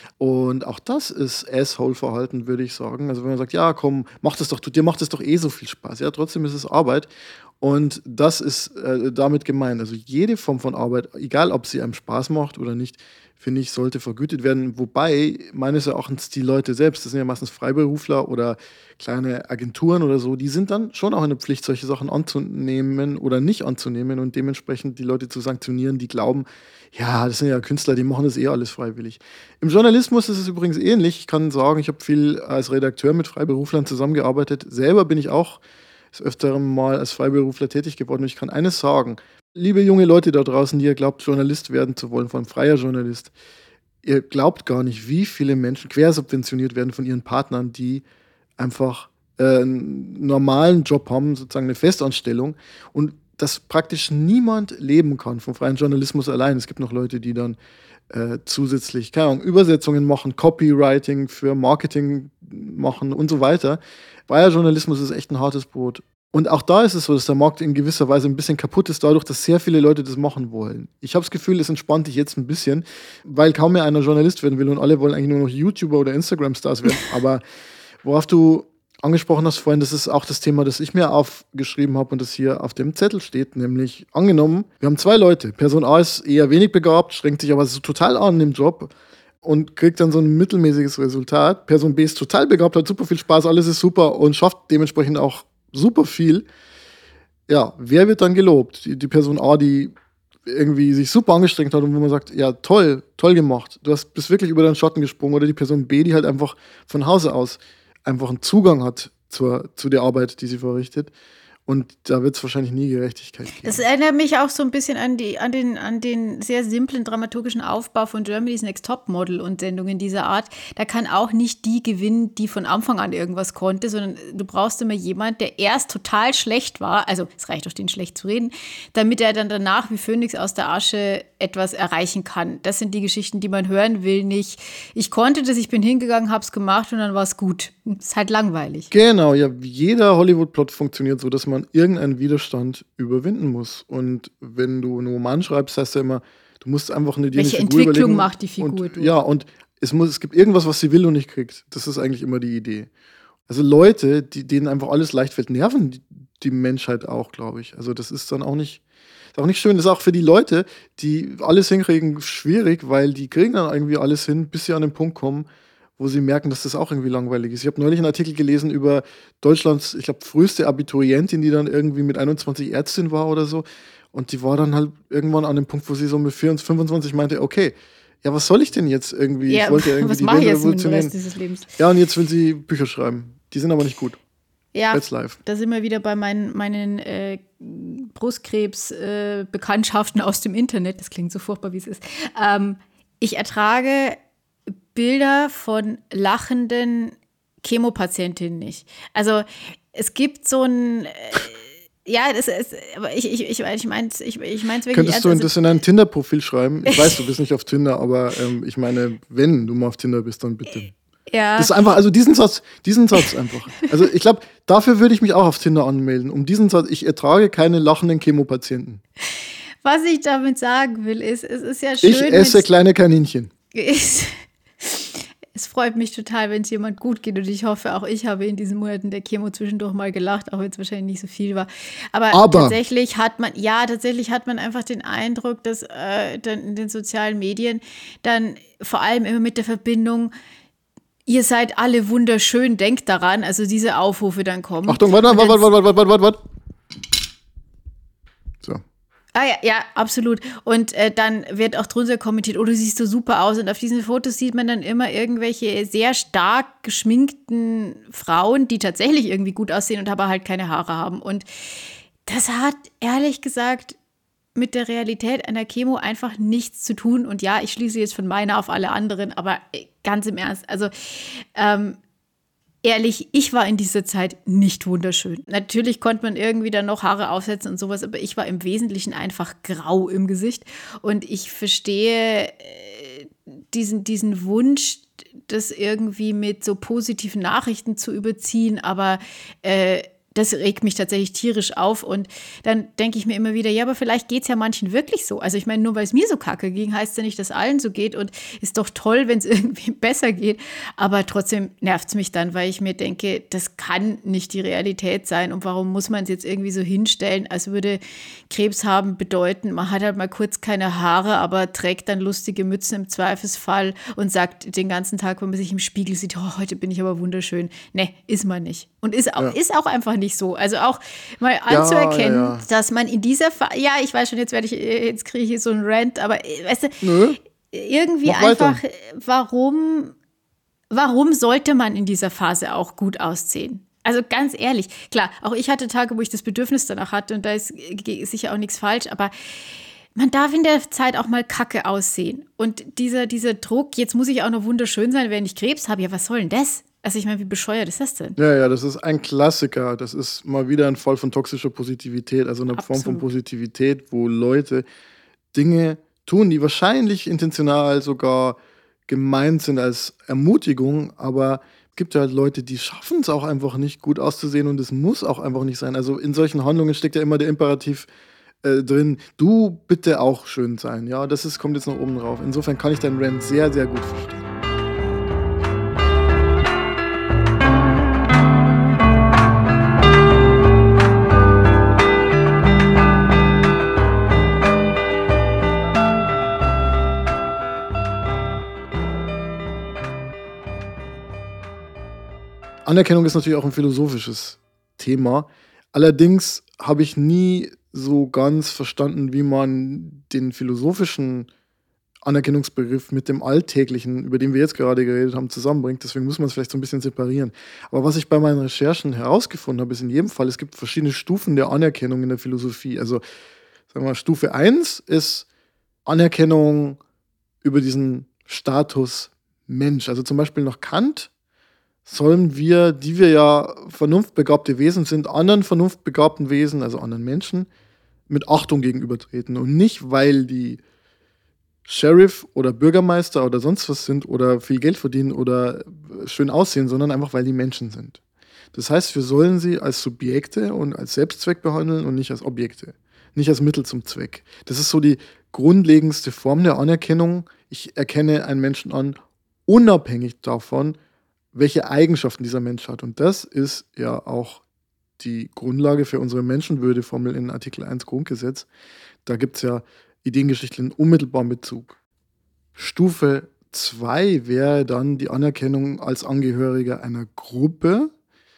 Und auch das ist Asshole-Verhalten, würde ich sagen. Also wenn man sagt, ja komm, mach das doch, du, dir macht das doch eh so viel Spaß. Ja, trotzdem ist es Arbeit. Und das ist äh, damit gemeint. Also jede Form von Arbeit, egal ob sie einem Spaß macht oder nicht, finde ich, sollte vergütet werden. Wobei meines Erachtens die Leute selbst, das sind ja meistens Freiberufler oder kleine Agenturen oder so, die sind dann schon auch in der Pflicht, solche Sachen anzunehmen oder nicht anzunehmen und dementsprechend die Leute zu sanktionieren, die glauben, ja, das sind ja Künstler, die machen das eh alles freiwillig. Im Journalismus ist es übrigens ähnlich. Ich kann sagen, ich habe viel als Redakteur mit Freiberuflern zusammengearbeitet. Selber bin ich auch des Öfteren mal als Freiberufler tätig geworden. Und ich kann eines sagen, liebe junge Leute da draußen, die ihr glaubt, Journalist werden zu wollen, vor allem freier Journalist, ihr glaubt gar nicht, wie viele Menschen quersubventioniert werden von ihren Partnern, die einfach äh, einen normalen Job haben, sozusagen eine Festanstellung und dass praktisch niemand leben kann vom freien Journalismus allein. Es gibt noch Leute, die dann äh, zusätzlich, keine Ahnung, Übersetzungen machen, Copywriting für Marketing machen und so weiter. Freier Journalismus ist echt ein hartes Brot. Und auch da ist es so, dass der Markt in gewisser Weise ein bisschen kaputt ist, dadurch, dass sehr viele Leute das machen wollen. Ich habe das Gefühl, es entspannt dich jetzt ein bisschen, weil kaum mehr einer Journalist werden will und alle wollen eigentlich nur noch YouTuber oder Instagram-Stars werden. Aber worauf du angesprochen hast vorhin, das ist auch das Thema, das ich mir aufgeschrieben habe und das hier auf dem Zettel steht, nämlich angenommen, wir haben zwei Leute. Person A ist eher wenig begabt, strengt sich aber so total an im Job und kriegt dann so ein mittelmäßiges Resultat. Person B ist total begabt, hat super viel Spaß, alles ist super und schafft dementsprechend auch super viel. Ja, wer wird dann gelobt? Die, die Person A, die irgendwie sich super angestrengt hat und wo man sagt, ja, toll, toll gemacht. Du hast, bist wirklich über deinen Schatten gesprungen. Oder die Person B, die halt einfach von Hause aus einfach einen Zugang hat zur, zu der Arbeit, die sie verrichtet. Und da wird es wahrscheinlich nie Gerechtigkeit geben. Das erinnert mich auch so ein bisschen an, die, an, den, an den sehr simplen dramaturgischen Aufbau von Germany's Next Topmodel und Sendungen dieser Art. Da kann auch nicht die gewinnen, die von Anfang an irgendwas konnte, sondern du brauchst immer jemanden, der erst total schlecht war, also es reicht doch, den schlecht zu reden, damit er dann danach wie Phönix aus der Asche etwas erreichen kann. Das sind die Geschichten, die man hören will, nicht ich konnte das, ich bin hingegangen, hab's gemacht und dann war es gut. Das ist halt langweilig. Genau, ja, jeder Hollywood-Plot funktioniert so, dass man irgendeinen Widerstand überwinden muss. Und wenn du einen Roman schreibst, heißt ja immer, du musst einfach eine dir Welche eine Figur Entwicklung überlegen. macht die Figur Und, durch? ja, und es, muss, es gibt irgendwas, was sie will und nicht kriegt. Das ist eigentlich immer die Idee. Also Leute, die, denen einfach alles leicht fällt, nerven die, die Menschheit auch, glaube ich. Also das ist dann auch nicht, ist auch nicht schön. Das ist auch für die Leute, die alles hinkriegen, schwierig, weil die kriegen dann irgendwie alles hin, bis sie an den Punkt kommen, wo sie merken, dass das auch irgendwie langweilig ist. Ich habe neulich einen Artikel gelesen über Deutschlands, ich glaube, früheste Abiturientin, die dann irgendwie mit einundzwanzig Ärztin war oder so. Und die war dann halt irgendwann an dem Punkt, wo sie so mit vierundzwanzig, fünfundzwanzig meinte, okay, ja, was soll ich denn jetzt irgendwie? Ja, ich wollte ja irgendwie was die mache ich Welt jetzt mit dem revolutionieren. Rest dieses Lebens? Ja, und jetzt will sie Bücher schreiben. Die sind aber nicht gut. Ja, That's life. da sind wir wieder bei meinen, meinen äh, Brustkrebs-Bekanntschaften aus dem Internet. Das klingt so furchtbar, wie es ist. Ähm, ich ertrage Bilder von lachenden Chemopatientinnen nicht. Also es gibt so ein, äh, ja, das ist, aber ich, ich, ich, ich meine es ich, ich mein's wirklich Könntest du ernst. das in ein Tinder-Profil schreiben? Ich weiß, du bist nicht auf Tinder, aber ähm, ich meine, wenn du mal auf Tinder bist, dann bitte. Ja. Das ist einfach, also diesen Satz, diesen Satz einfach. Also ich glaube, dafür würde ich mich auch auf Tinder anmelden. Um diesen Satz, ich ertrage keine lachenden Chemopatienten. Was ich damit sagen will, ist, es ist ja schön. Ich esse kleine Kaninchen. Ist, es freut mich total, wenn es jemand gut geht und ich hoffe, auch ich habe in diesen Monaten der Chemo zwischendurch mal gelacht, auch wenn es wahrscheinlich nicht so viel war. Aber, Aber tatsächlich hat man, ja, tatsächlich hat man einfach den Eindruck, dass äh, dann in den sozialen Medien dann vor allem immer mit der Verbindung, ihr seid alle wunderschön, denkt daran, also diese Aufrufe dann kommen. Achtung, warte, warte, warte, warte, warte, warte, warte. So. Ah ja, ja, absolut. Und äh, dann wird auch drunter kommentiert, oh, du siehst so super aus. Und auf diesen Fotos sieht man dann immer irgendwelche sehr stark geschminkten Frauen, die tatsächlich irgendwie gut aussehen und aber halt keine Haare haben. Und das hat, ehrlich gesagt, mit der Realität einer Chemo einfach nichts zu tun. Und ja, ich schließe jetzt von meiner auf alle anderen, aber ganz im Ernst, also ähm, ehrlich, ich war in dieser Zeit nicht wunderschön. Natürlich konnte man irgendwie dann noch Haare aufsetzen und sowas, aber ich war im Wesentlichen einfach grau im Gesicht. Und ich verstehe äh, diesen, diesen Wunsch, das irgendwie mit so positiven Nachrichten zu überziehen, aber äh, das regt mich tatsächlich tierisch auf. Und dann denke ich mir immer wieder, ja, aber vielleicht geht es ja manchen wirklich so. Also ich meine, nur weil es mir so kacke ging, heißt ja nicht, dass allen so geht. Und ist doch toll, wenn es irgendwie besser geht. Aber trotzdem nervt es mich dann, weil ich mir denke, das kann nicht die Realität sein. Und warum muss man es jetzt irgendwie so hinstellen, als würde Krebs haben bedeuten, man hat halt mal kurz keine Haare, aber trägt dann lustige Mützen im Zweifelsfall und sagt den ganzen Tag, wenn man sich im Spiegel sieht, oh, heute bin ich aber wunderschön. Nee, ist man nicht. Und ist auch, ja. ist auch einfach nicht so. Also auch mal anzuerkennen, ja, ja, ja. dass man in dieser Phase, ja, ich weiß schon, jetzt werde ich, jetzt kriege ich hier so einen Rant, aber weißt du, Nö. irgendwie Mach einfach, weiter. warum, warum sollte man in dieser Phase auch gut aussehen? Also ganz ehrlich, klar, auch ich hatte Tage, wo ich das Bedürfnis danach hatte und da ist sicher auch nichts falsch, aber man darf in der Zeit auch mal kacke aussehen. Und dieser, dieser Druck, jetzt muss ich auch noch wunderschön sein, wenn ich Krebs habe, ja, was soll denn das? Also ich meine, wie bescheuert ist das denn? Ja, ja, das ist ein Klassiker. Das ist mal wieder ein Fall von toxischer Positivität, also eine Absolut. Form von Positivität, wo Leute Dinge tun, die wahrscheinlich intentional sogar gemeint sind als Ermutigung, aber es gibt ja halt Leute, die schaffen es auch einfach nicht, gut auszusehen und es muss auch einfach nicht sein. Also in solchen Handlungen steckt ja immer der Imperativ äh, drin, du bitte auch schön sein. Ja, das ist, kommt jetzt noch oben drauf. Insofern kann ich deinen Rant sehr, sehr gut verstehen. Anerkennung ist natürlich auch ein philosophisches Thema. Allerdings habe ich nie so ganz verstanden, wie man den philosophischen Anerkennungsbegriff mit dem Alltäglichen, über den wir jetzt gerade geredet haben, zusammenbringt. Deswegen muss man es vielleicht so ein bisschen separieren. Aber was ich bei meinen Recherchen herausgefunden habe, ist in jedem Fall, es gibt verschiedene Stufen der Anerkennung in der Philosophie. Also sagen wir mal, Stufe eins ist Anerkennung über diesen Status Mensch. Also zum Beispiel nach Kant sollen wir, die wir ja vernunftbegabte Wesen sind, anderen vernunftbegabten Wesen, also anderen Menschen, mit Achtung gegenübertreten. Und nicht, weil die Sheriff oder Bürgermeister oder sonst was sind oder viel Geld verdienen oder schön aussehen, sondern einfach, weil die Menschen sind. Das heißt, wir sollen sie als Subjekte und als Selbstzweck behandeln und nicht als Objekte. Nicht als Mittel zum Zweck. Das ist so die grundlegendste Form der Anerkennung. Ich erkenne einen Menschen an, unabhängig davon, welche Eigenschaften dieser Mensch hat. Und das ist ja auch die Grundlage für unsere Menschenwürdeformel in Artikel eins Grundgesetz. Da gibt es ja ideengeschichtlichen unmittelbaren Bezug. Stufe zwei wäre dann die Anerkennung als Angehöriger einer Gruppe,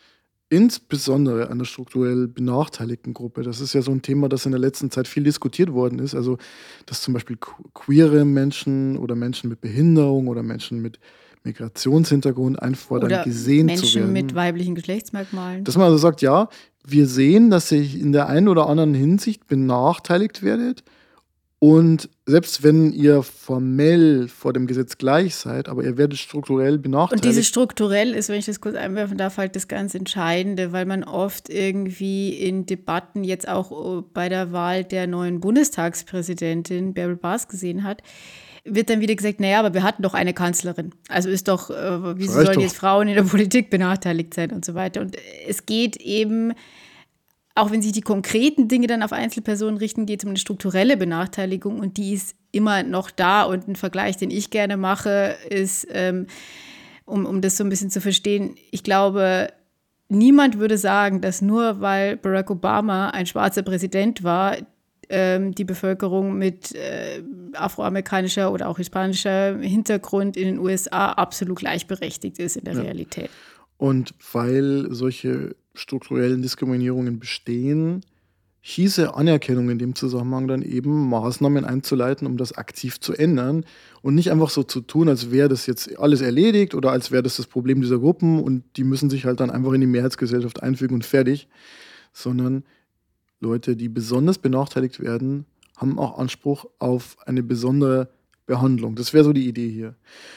insbesondere einer strukturell benachteiligten Gruppe. Das ist ja so ein Thema, das in der letzten Zeit viel diskutiert worden ist. Also, dass zum Beispiel queere Menschen oder Menschen mit Behinderung oder Menschen mit Migrationshintergrund einfordern, oder gesehen Menschen zu werden. Menschen mit weiblichen Geschlechtsmerkmalen. Dass man also sagt, ja, wir sehen, dass ihr in der einen oder anderen Hinsicht benachteiligt werdet und selbst wenn ihr formell vor dem Gesetz gleich seid, aber ihr werdet strukturell benachteiligt. Und dieses strukturell ist, wenn ich das kurz einwerfen darf, halt das ganz Entscheidende, weil man oft irgendwie in Debatten jetzt auch bei der Wahl der neuen Bundestagspräsidentin Bärbel Bas gesehen hat, wird dann wieder gesagt, naja, aber wir hatten doch eine Kanzlerin. Also ist doch, äh, wieso sollen doch jetzt Frauen in der Politik benachteiligt sein und so weiter. Und es geht eben, auch wenn sich die konkreten Dinge dann auf Einzelpersonen richten, geht es um eine strukturelle Benachteiligung und die ist immer noch da. Und ein Vergleich, den ich gerne mache, ist, ähm, um, um das so ein bisschen zu verstehen, ich glaube, niemand würde sagen, dass nur weil Barack Obama ein schwarzer Präsident war, die Bevölkerung mit äh, afroamerikanischer oder auch hispanischer Hintergrund in den U S A absolut gleichberechtigt ist in der ja. Realität. Und weil solche strukturellen Diskriminierungen bestehen, hieße Anerkennung in dem Zusammenhang dann eben, Maßnahmen einzuleiten, um das aktiv zu ändern und nicht einfach so zu tun, als wäre das jetzt alles erledigt oder als wäre das das Problem dieser Gruppen und die müssen sich halt dann einfach in die Mehrheitsgesellschaft einfügen und fertig, sondern Leute, die besonders benachteiligt werden, haben auch Anspruch auf eine besondere Behandlung. Das wäre so die Idee hier.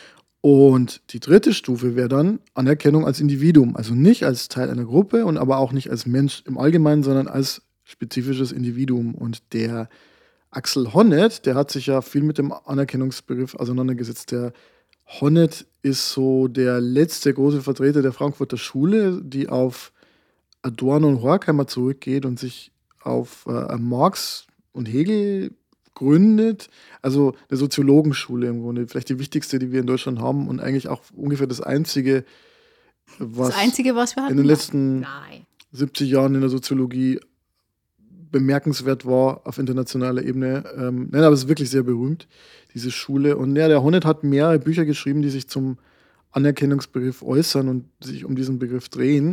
Und die dritte Stufe wäre dann Anerkennung als Individuum, also nicht als Teil einer Gruppe und aber auch nicht als Mensch im Allgemeinen, sondern als spezifisches Individuum. Und der Axel Honneth, der hat sich ja viel mit dem Anerkennungsbegriff auseinandergesetzt. Der Honneth ist so der letzte große Vertreter der Frankfurter Schule, die auf Adorno und Horkheimer zurückgeht und sich auf äh, Marx und Hegel gründet. Also eine Soziologenschule im Grunde, vielleicht die wichtigste, die wir in Deutschland haben und eigentlich auch ungefähr das einzige, was, das Einzige, was wir hatten? in den letzten Nein. siebzig Jahren in der Soziologie bemerkenswert war auf internationaler Ebene. Ähm, nein, aber es ist wirklich sehr berühmt, diese Schule. Und ja, der Honneth hat mehrere Bücher geschrieben, die sich zum Anerkennungsbegriff äußern und sich um diesen Begriff drehen.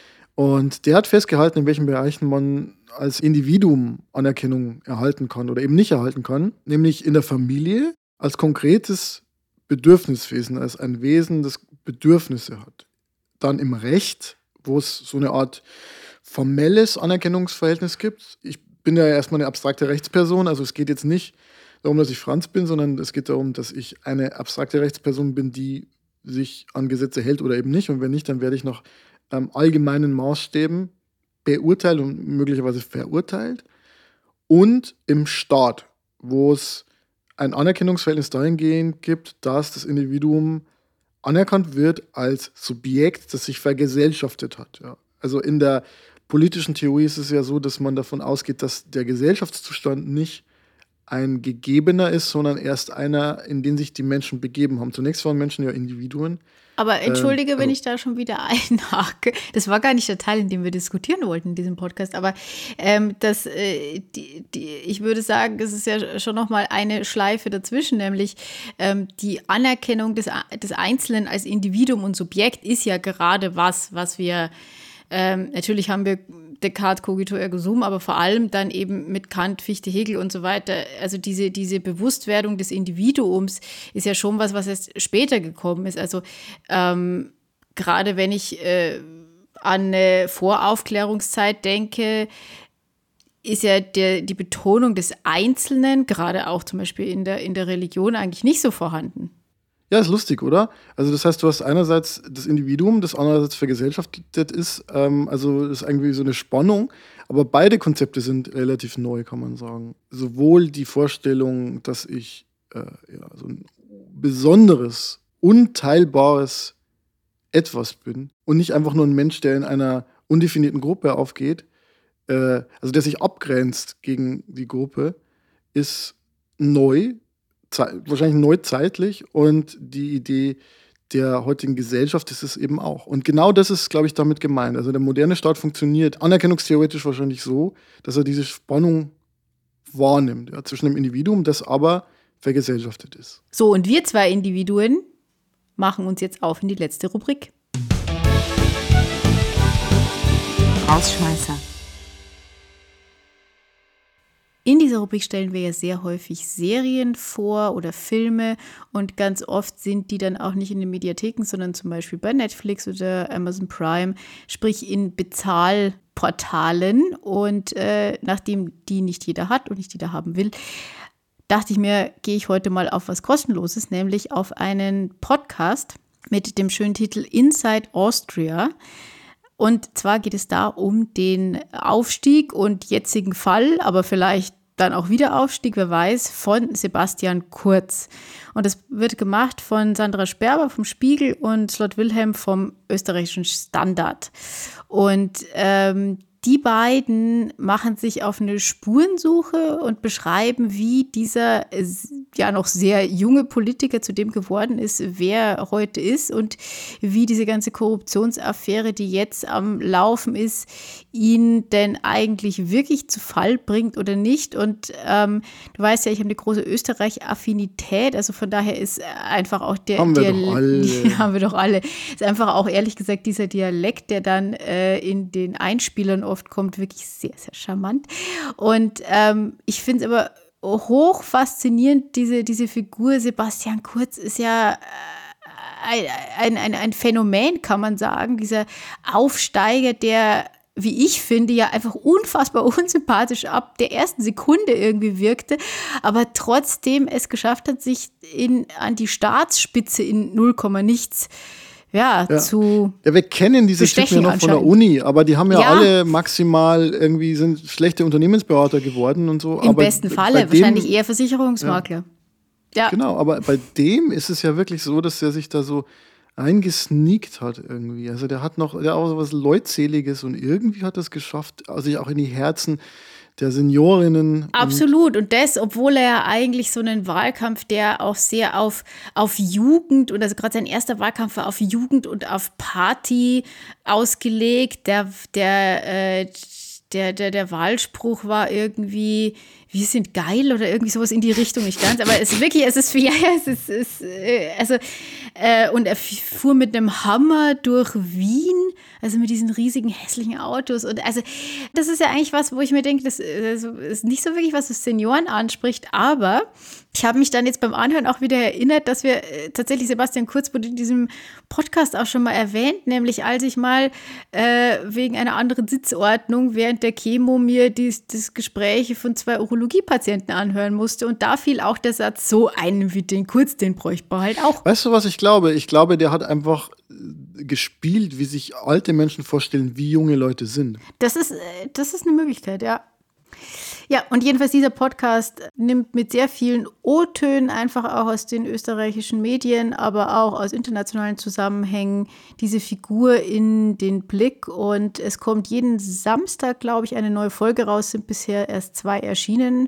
Und der hat festgehalten, in welchen Bereichen man als Individuum Anerkennung erhalten kann oder eben nicht erhalten kann. Nämlich in der Familie als konkretes Bedürfniswesen, als ein Wesen, das Bedürfnisse hat. Dann im Recht, wo es so eine Art formelles Anerkennungsverhältnis gibt. Ich bin ja erstmal eine abstrakte Rechtsperson, also es geht jetzt nicht darum, dass ich Franz bin, sondern es geht darum, dass ich eine abstrakte Rechtsperson bin, die sich an Gesetze hält oder eben nicht. Und wenn nicht, dann werde ich nach ähm, allgemeinen Maßstäben beurteilt und möglicherweise verurteilt. Und im Staat, wo es ein Anerkennungsverhältnis dahingehend gibt, dass das Individuum anerkannt wird als Subjekt, das sich vergesellschaftet hat. Ja. Also in der politischen Theorie ist es ja so, dass man davon ausgeht, dass der Gesellschaftszustand nicht ein gegebener ist, sondern erst einer, in den sich die Menschen begeben haben. Zunächst waren Menschen ja Individuen. Aber entschuldige, ähm, also, wenn ich da schon wieder einhake. Das war gar nicht der Teil, in dem wir diskutieren wollten in diesem Podcast. Aber ähm, das, äh, die, die, ich würde sagen, es ist ja schon noch mal eine Schleife dazwischen, nämlich ähm, die Anerkennung des, des Einzelnen als Individuum und Subjekt ist ja gerade was, was wir ähm, natürlich haben wir Descartes, Cogito ergo sum, aber vor allem dann eben mit Kant, Fichte, Hegel und so weiter. Also diese, diese Bewusstwerdung des Individuums ist ja schon was, was erst später gekommen ist. Also ähm, gerade wenn ich äh, an eine Voraufklärungszeit denke, ist ja der, die Betonung des Einzelnen, gerade auch zum Beispiel in der, in der Religion, eigentlich nicht so vorhanden. Ja, ist lustig, oder? Also das heißt, du hast einerseits das Individuum, das andererseits vergesellschaftet ist. Ähm, also das ist irgendwie so eine Spannung. Aber beide Konzepte sind relativ neu, kann man sagen. Sowohl die Vorstellung, dass ich äh, ja, so ein besonderes, unteilbares Etwas bin und nicht einfach nur ein Mensch, der in einer undefinierten Gruppe aufgeht, äh, also der sich abgrenzt gegen die Gruppe, ist neu. Wahrscheinlich neuzeitlich und die Idee der heutigen Gesellschaft ist es eben auch. Und genau das ist, glaube ich, damit gemeint. Also der moderne Staat funktioniert anerkennungstheoretisch wahrscheinlich so, dass er diese Spannung wahrnimmt, ja, zwischen dem Individuum, das aber vergesellschaftet ist. So, und wir zwei Individuen machen uns jetzt auf in die letzte Rubrik. Rausschmeißer. In dieser Rubrik stellen wir ja sehr häufig Serien vor oder Filme und ganz oft sind die dann auch nicht in den Mediatheken, sondern zum Beispiel bei Netflix oder Amazon Prime, sprich in Bezahlportalen. Und äh, nachdem die nicht jeder hat und nicht jeder haben will, dachte ich mir, gehe ich heute mal auf was Kostenloses, nämlich auf einen Podcast mit dem schönen Titel Inside Austria. Und zwar geht es da um den Aufstieg und jetzigen Fall, aber vielleicht dann auch wieder Aufstieg, wer weiß, von Sebastian Kurz. Und das wird gemacht von Sandra Sperber vom Spiegel und Slot Wilhelm vom österreichischen Standard. Und ähm, die beiden machen sich auf eine Spurensuche und beschreiben, wie dieser ja noch sehr junge Politiker zu dem geworden ist, wer er heute ist und wie diese ganze Korruptionsaffäre, die jetzt am Laufen ist, ihn denn eigentlich wirklich zu Fall bringt oder nicht. Und ähm, du weißt ja, ich habe eine große Österreich-Affinität, also von daher ist einfach auch der haben wir Dialekt, doch alle. Die haben wir doch alle, ist einfach auch ehrlich gesagt dieser Dialekt, der dann äh, in den Einspielern oft kommt, wirklich sehr, sehr charmant. Und ähm, ich finde es aber hoch faszinierend, diese, diese Figur Sebastian Kurz ist ja äh, ein, ein, ein Phänomen, kann man sagen. Dieser Aufsteiger, der wie ich finde, ja einfach unfassbar unsympathisch ab der ersten Sekunde irgendwie wirkte, aber trotzdem es geschafft hat, sich in, an die Staatsspitze in null Komma nichts ja, Ja. zu Ja, wir kennen diese bestechen Typen ja noch von der anscheinend. Uni, aber die haben ja, Ja. alle maximal irgendwie sind schlechte Unternehmensberater geworden und so. Im aber besten bei Falle dem, wahrscheinlich eher Versicherungsmakler. Ja, Genau, aber bei dem ist es ja wirklich so, dass er sich da so eingesneakt hat irgendwie. Also der hat noch, der hat auch so was Leutseliges und irgendwie hat er es geschafft, sich auch in die Herzen der Seniorinnen. Und absolut. Und das, obwohl er ja eigentlich so einen Wahlkampf, der auch sehr auf, auf Jugend, und also gerade sein erster Wahlkampf war auf Jugend und auf Party ausgelegt. Der, der, äh, der, der, der Wahlspruch war irgendwie, wir sind geil oder irgendwie sowas in die Richtung, nicht ganz. Aber es ist wirklich, es ist, ja, ja, es ist, es ist äh, also, äh, und er fuhr mit einem Hammer durch Wien, also mit diesen riesigen hässlichen Autos. Und also, das ist ja eigentlich was, wo ich mir denke, das also, ist nicht so wirklich, was das Senioren anspricht, aber ich habe mich dann jetzt beim Anhören auch wieder erinnert, dass wir äh, tatsächlich Sebastian Kurz wurde in diesem Podcast auch schon mal erwähnt, nämlich als ich mal äh, wegen einer anderen Sitzordnung während der Chemo mir dies, das Gespräch von zwei Urologiepatienten anhören musste und da fiel auch der Satz, so einen wie den Kurz, den bräuchte man halt auch. weißt du, was ich glaube? Ich glaube, der hat einfach äh, gespielt, wie sich alte Menschen vorstellen, wie junge Leute sind. Das ist, äh, das ist eine Möglichkeit, ja. Ja, und jedenfalls dieser Podcast nimmt mit sehr vielen O-Tönen einfach auch aus den österreichischen Medien, aber auch aus internationalen Zusammenhängen diese Figur in den Blick. Und es kommt jeden Samstag, glaube ich, eine neue Folge raus, sind bisher erst zwei erschienen.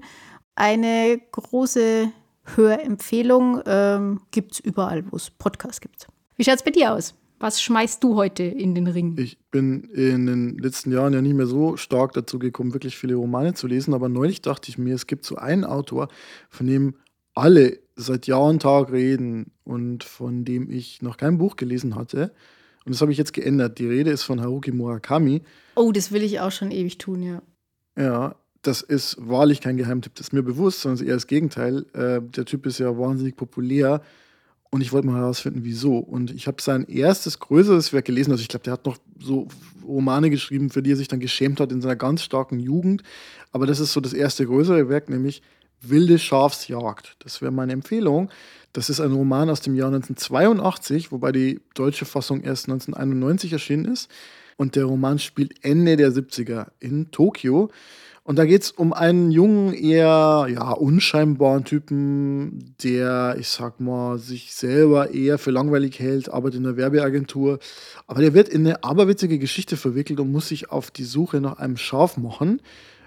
Eine große Hörempfehlung ähm, gibt es überall, wo es Podcasts gibt. Wie schaut es bei dir aus? Was schmeißt du heute in den Ring? Ich bin in den letzten Jahren ja nicht mehr so stark dazu gekommen, wirklich viele Romane zu lesen, aber neulich dachte ich mir, es gibt so einen Autor, von dem alle seit Jahr und Tag reden und von dem ich noch kein Buch gelesen hatte. Und das habe ich jetzt geändert. Die Rede ist von Haruki Murakami. Oh, das will ich auch schon ewig tun, ja. Ja, das ist wahrlich kein Geheimtipp, das ist mir bewusst, sondern eher das Gegenteil. Äh, der Typ ist ja wahnsinnig populär. Und ich wollte mal herausfinden, wieso. Und ich habe sein erstes größeres Werk gelesen. Also ich glaube, der hat noch so Romane geschrieben, für die er sich dann geschämt hat in seiner ganz starken Jugend. Aber das ist so das erste größere Werk, nämlich Wilde Schafsjagd. Das wäre meine Empfehlung. Das ist ein Roman aus dem Jahr neunzehnhundertzweiundachtzig, wobei die deutsche Fassung erst neunzehnhunderteinundneunzig erschienen ist. Und der Roman spielt Ende der siebziger in Tokio. Und da geht es um einen jungen, eher ja, unscheinbaren Typen, der, ich sag mal, sich selber eher für langweilig hält, arbeitet in einer Werbeagentur. Aber der wird in eine aberwitzige Geschichte verwickelt und muss sich auf die Suche nach einem Schaf machen.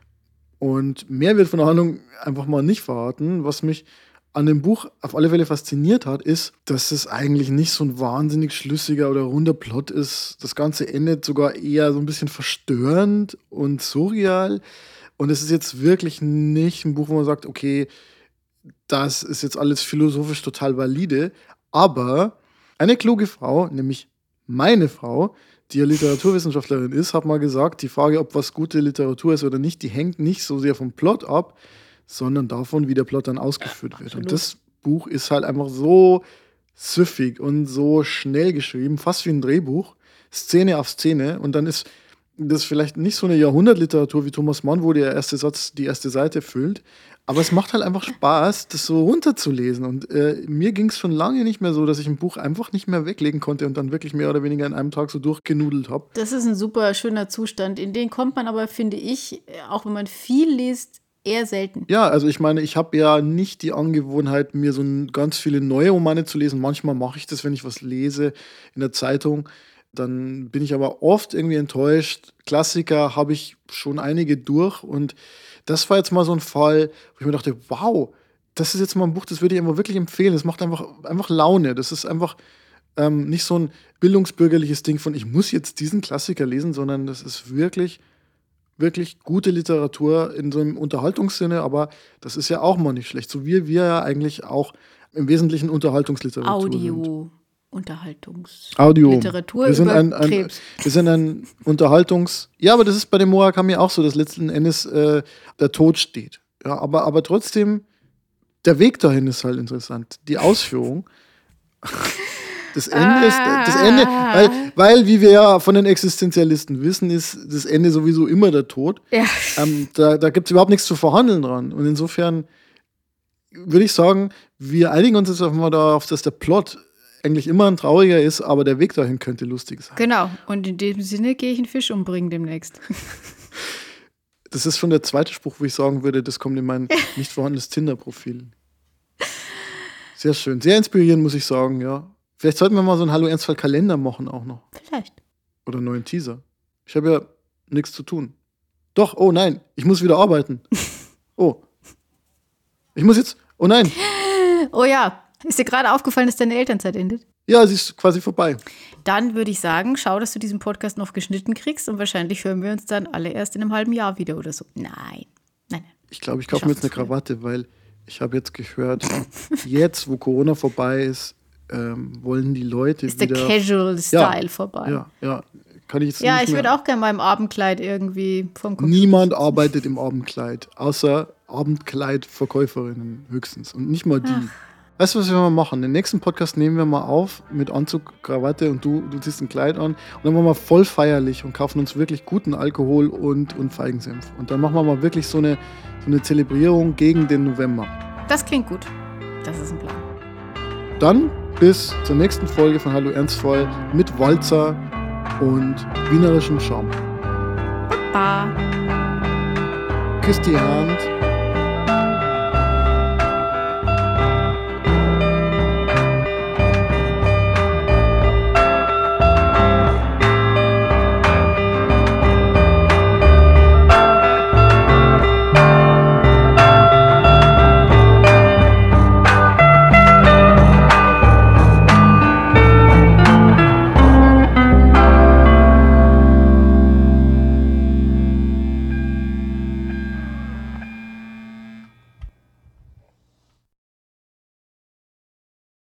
Und mehr wird von der Handlung einfach mal nicht verraten. Was mich an dem Buch auf alle Fälle fasziniert hat, ist, dass es eigentlich nicht so ein wahnsinnig schlüssiger oder runder Plot ist. Das Ganze endet sogar eher so ein bisschen verstörend und surreal. Und es ist jetzt wirklich nicht ein Buch, wo man sagt, okay, das ist jetzt alles philosophisch total valide. Aber eine kluge Frau, nämlich meine Frau, die ja Literaturwissenschaftlerin ist, hat mal gesagt, die Frage, ob was gute Literatur ist oder nicht, die hängt nicht so sehr vom Plot ab, sondern davon, wie der Plot dann ausgeführt wird. Und das Buch ist halt einfach so süffig und so schnell geschrieben, fast wie ein Drehbuch, Szene auf Szene. Und dann ist das vielleicht nicht so eine Jahrhundertliteratur wie Thomas Mann, wo der erste Satz die erste Seite füllt. Aber es macht halt einfach Spaß, das so runterzulesen. Und äh, mir ging es schon lange nicht mehr so, dass ich ein Buch einfach nicht mehr weglegen konnte und dann wirklich mehr oder weniger in einem Tag so durchgenudelt habe. Das ist ein super schöner Zustand. In den kommt man aber, finde ich, auch wenn man viel liest, eher selten. Ja, also ich meine, ich habe ja nicht die Angewohnheit, mir so ein, ganz viele neue Romane zu lesen. Manchmal mache ich das, wenn ich was lese in der Zeitung. Dann bin ich aber oft irgendwie enttäuscht. Klassiker habe ich schon einige durch. Und das war jetzt mal so ein Fall, wo ich mir dachte, wow, das ist jetzt mal ein Buch, das würde ich immer wirklich empfehlen. Das macht einfach, einfach Laune. Das ist einfach ähm, nicht so ein bildungsbürgerliches Ding von, ich muss jetzt diesen Klassiker lesen, sondern das ist wirklich, wirklich gute Literatur in so einem Unterhaltungssinne. Aber das ist ja auch mal nicht schlecht. So wie wir ja eigentlich auch im Wesentlichen Unterhaltungsliteratur Audio. sind. Unterhaltungs Audio. Literatur wir sind über ein, ein, Krebs. Wir sind ein Unterhaltungs... Ja, aber das ist bei dem Murakami auch so, dass letzten Endes äh, der Tod steht. Ja, aber, aber trotzdem, der Weg dahin ist halt interessant. Die Ausführung. Das Ende ist, das Ende, weil, weil, wie wir ja von den Existenzialisten wissen, ist das Ende sowieso immer der Tod. Ja. Ähm, da da gibt es überhaupt nichts zu verhandeln dran. Und insofern würde ich sagen, wir einigen uns jetzt einfach mal darauf, dass der Plot eigentlich immer ein trauriger ist, aber der Weg dahin könnte lustig sein. Genau. Und in dem Sinne gehe ich einen Fisch umbringen demnächst. Das ist schon der zweite Spruch, wo ich sagen würde, das kommt in mein nicht vorhandenes Tinder-Profil. Sehr schön. Sehr inspirierend, muss ich sagen, ja. Vielleicht sollten wir mal so einen Hallo-Ernstfall-Kalender machen auch noch. Vielleicht. Oder einen neuen Teaser. Ich habe ja nichts zu tun. Doch, oh nein, ich muss wieder arbeiten. Oh. Ich muss jetzt, oh nein. Oh ja, ist dir gerade aufgefallen, dass deine Elternzeit endet? Ja, sie ist quasi vorbei. Dann würde ich sagen, schau, dass du diesen Podcast noch geschnitten kriegst und wahrscheinlich hören wir uns dann alle erst in einem halben Jahr wieder oder so. Nein, nein, nein. Ich glaube, ich kaufe mir jetzt eine Krawatte, weil ich habe jetzt gehört, jetzt, wo Corona vorbei ist, ähm, wollen die Leute ist wieder... Ist der Casual-Style ja, vorbei. Ja, ja. Kann ich jetzt ja, nicht ich würde auch gerne mal im Abendkleid irgendwie vom Computer. Niemand arbeitet im Abendkleid, außer Abendkleidverkäuferinnen höchstens. Und nicht mal die. Ach. Weißt du, was wir mal machen? Den nächsten Podcast nehmen wir mal auf mit Anzug, Krawatte und du, du ziehst ein Kleid an. Und dann machen wir mal voll feierlich und kaufen uns wirklich guten Alkohol und, und Feigensenf. Und dann machen wir mal wirklich so eine, so eine Zelebrierung gegen den November. Das klingt gut. Das ist ein Plan. Dann bis zur nächsten Folge von Hallo Ernstfall mit Walzer und wienerischem Charme. Baba. Küss die Hand.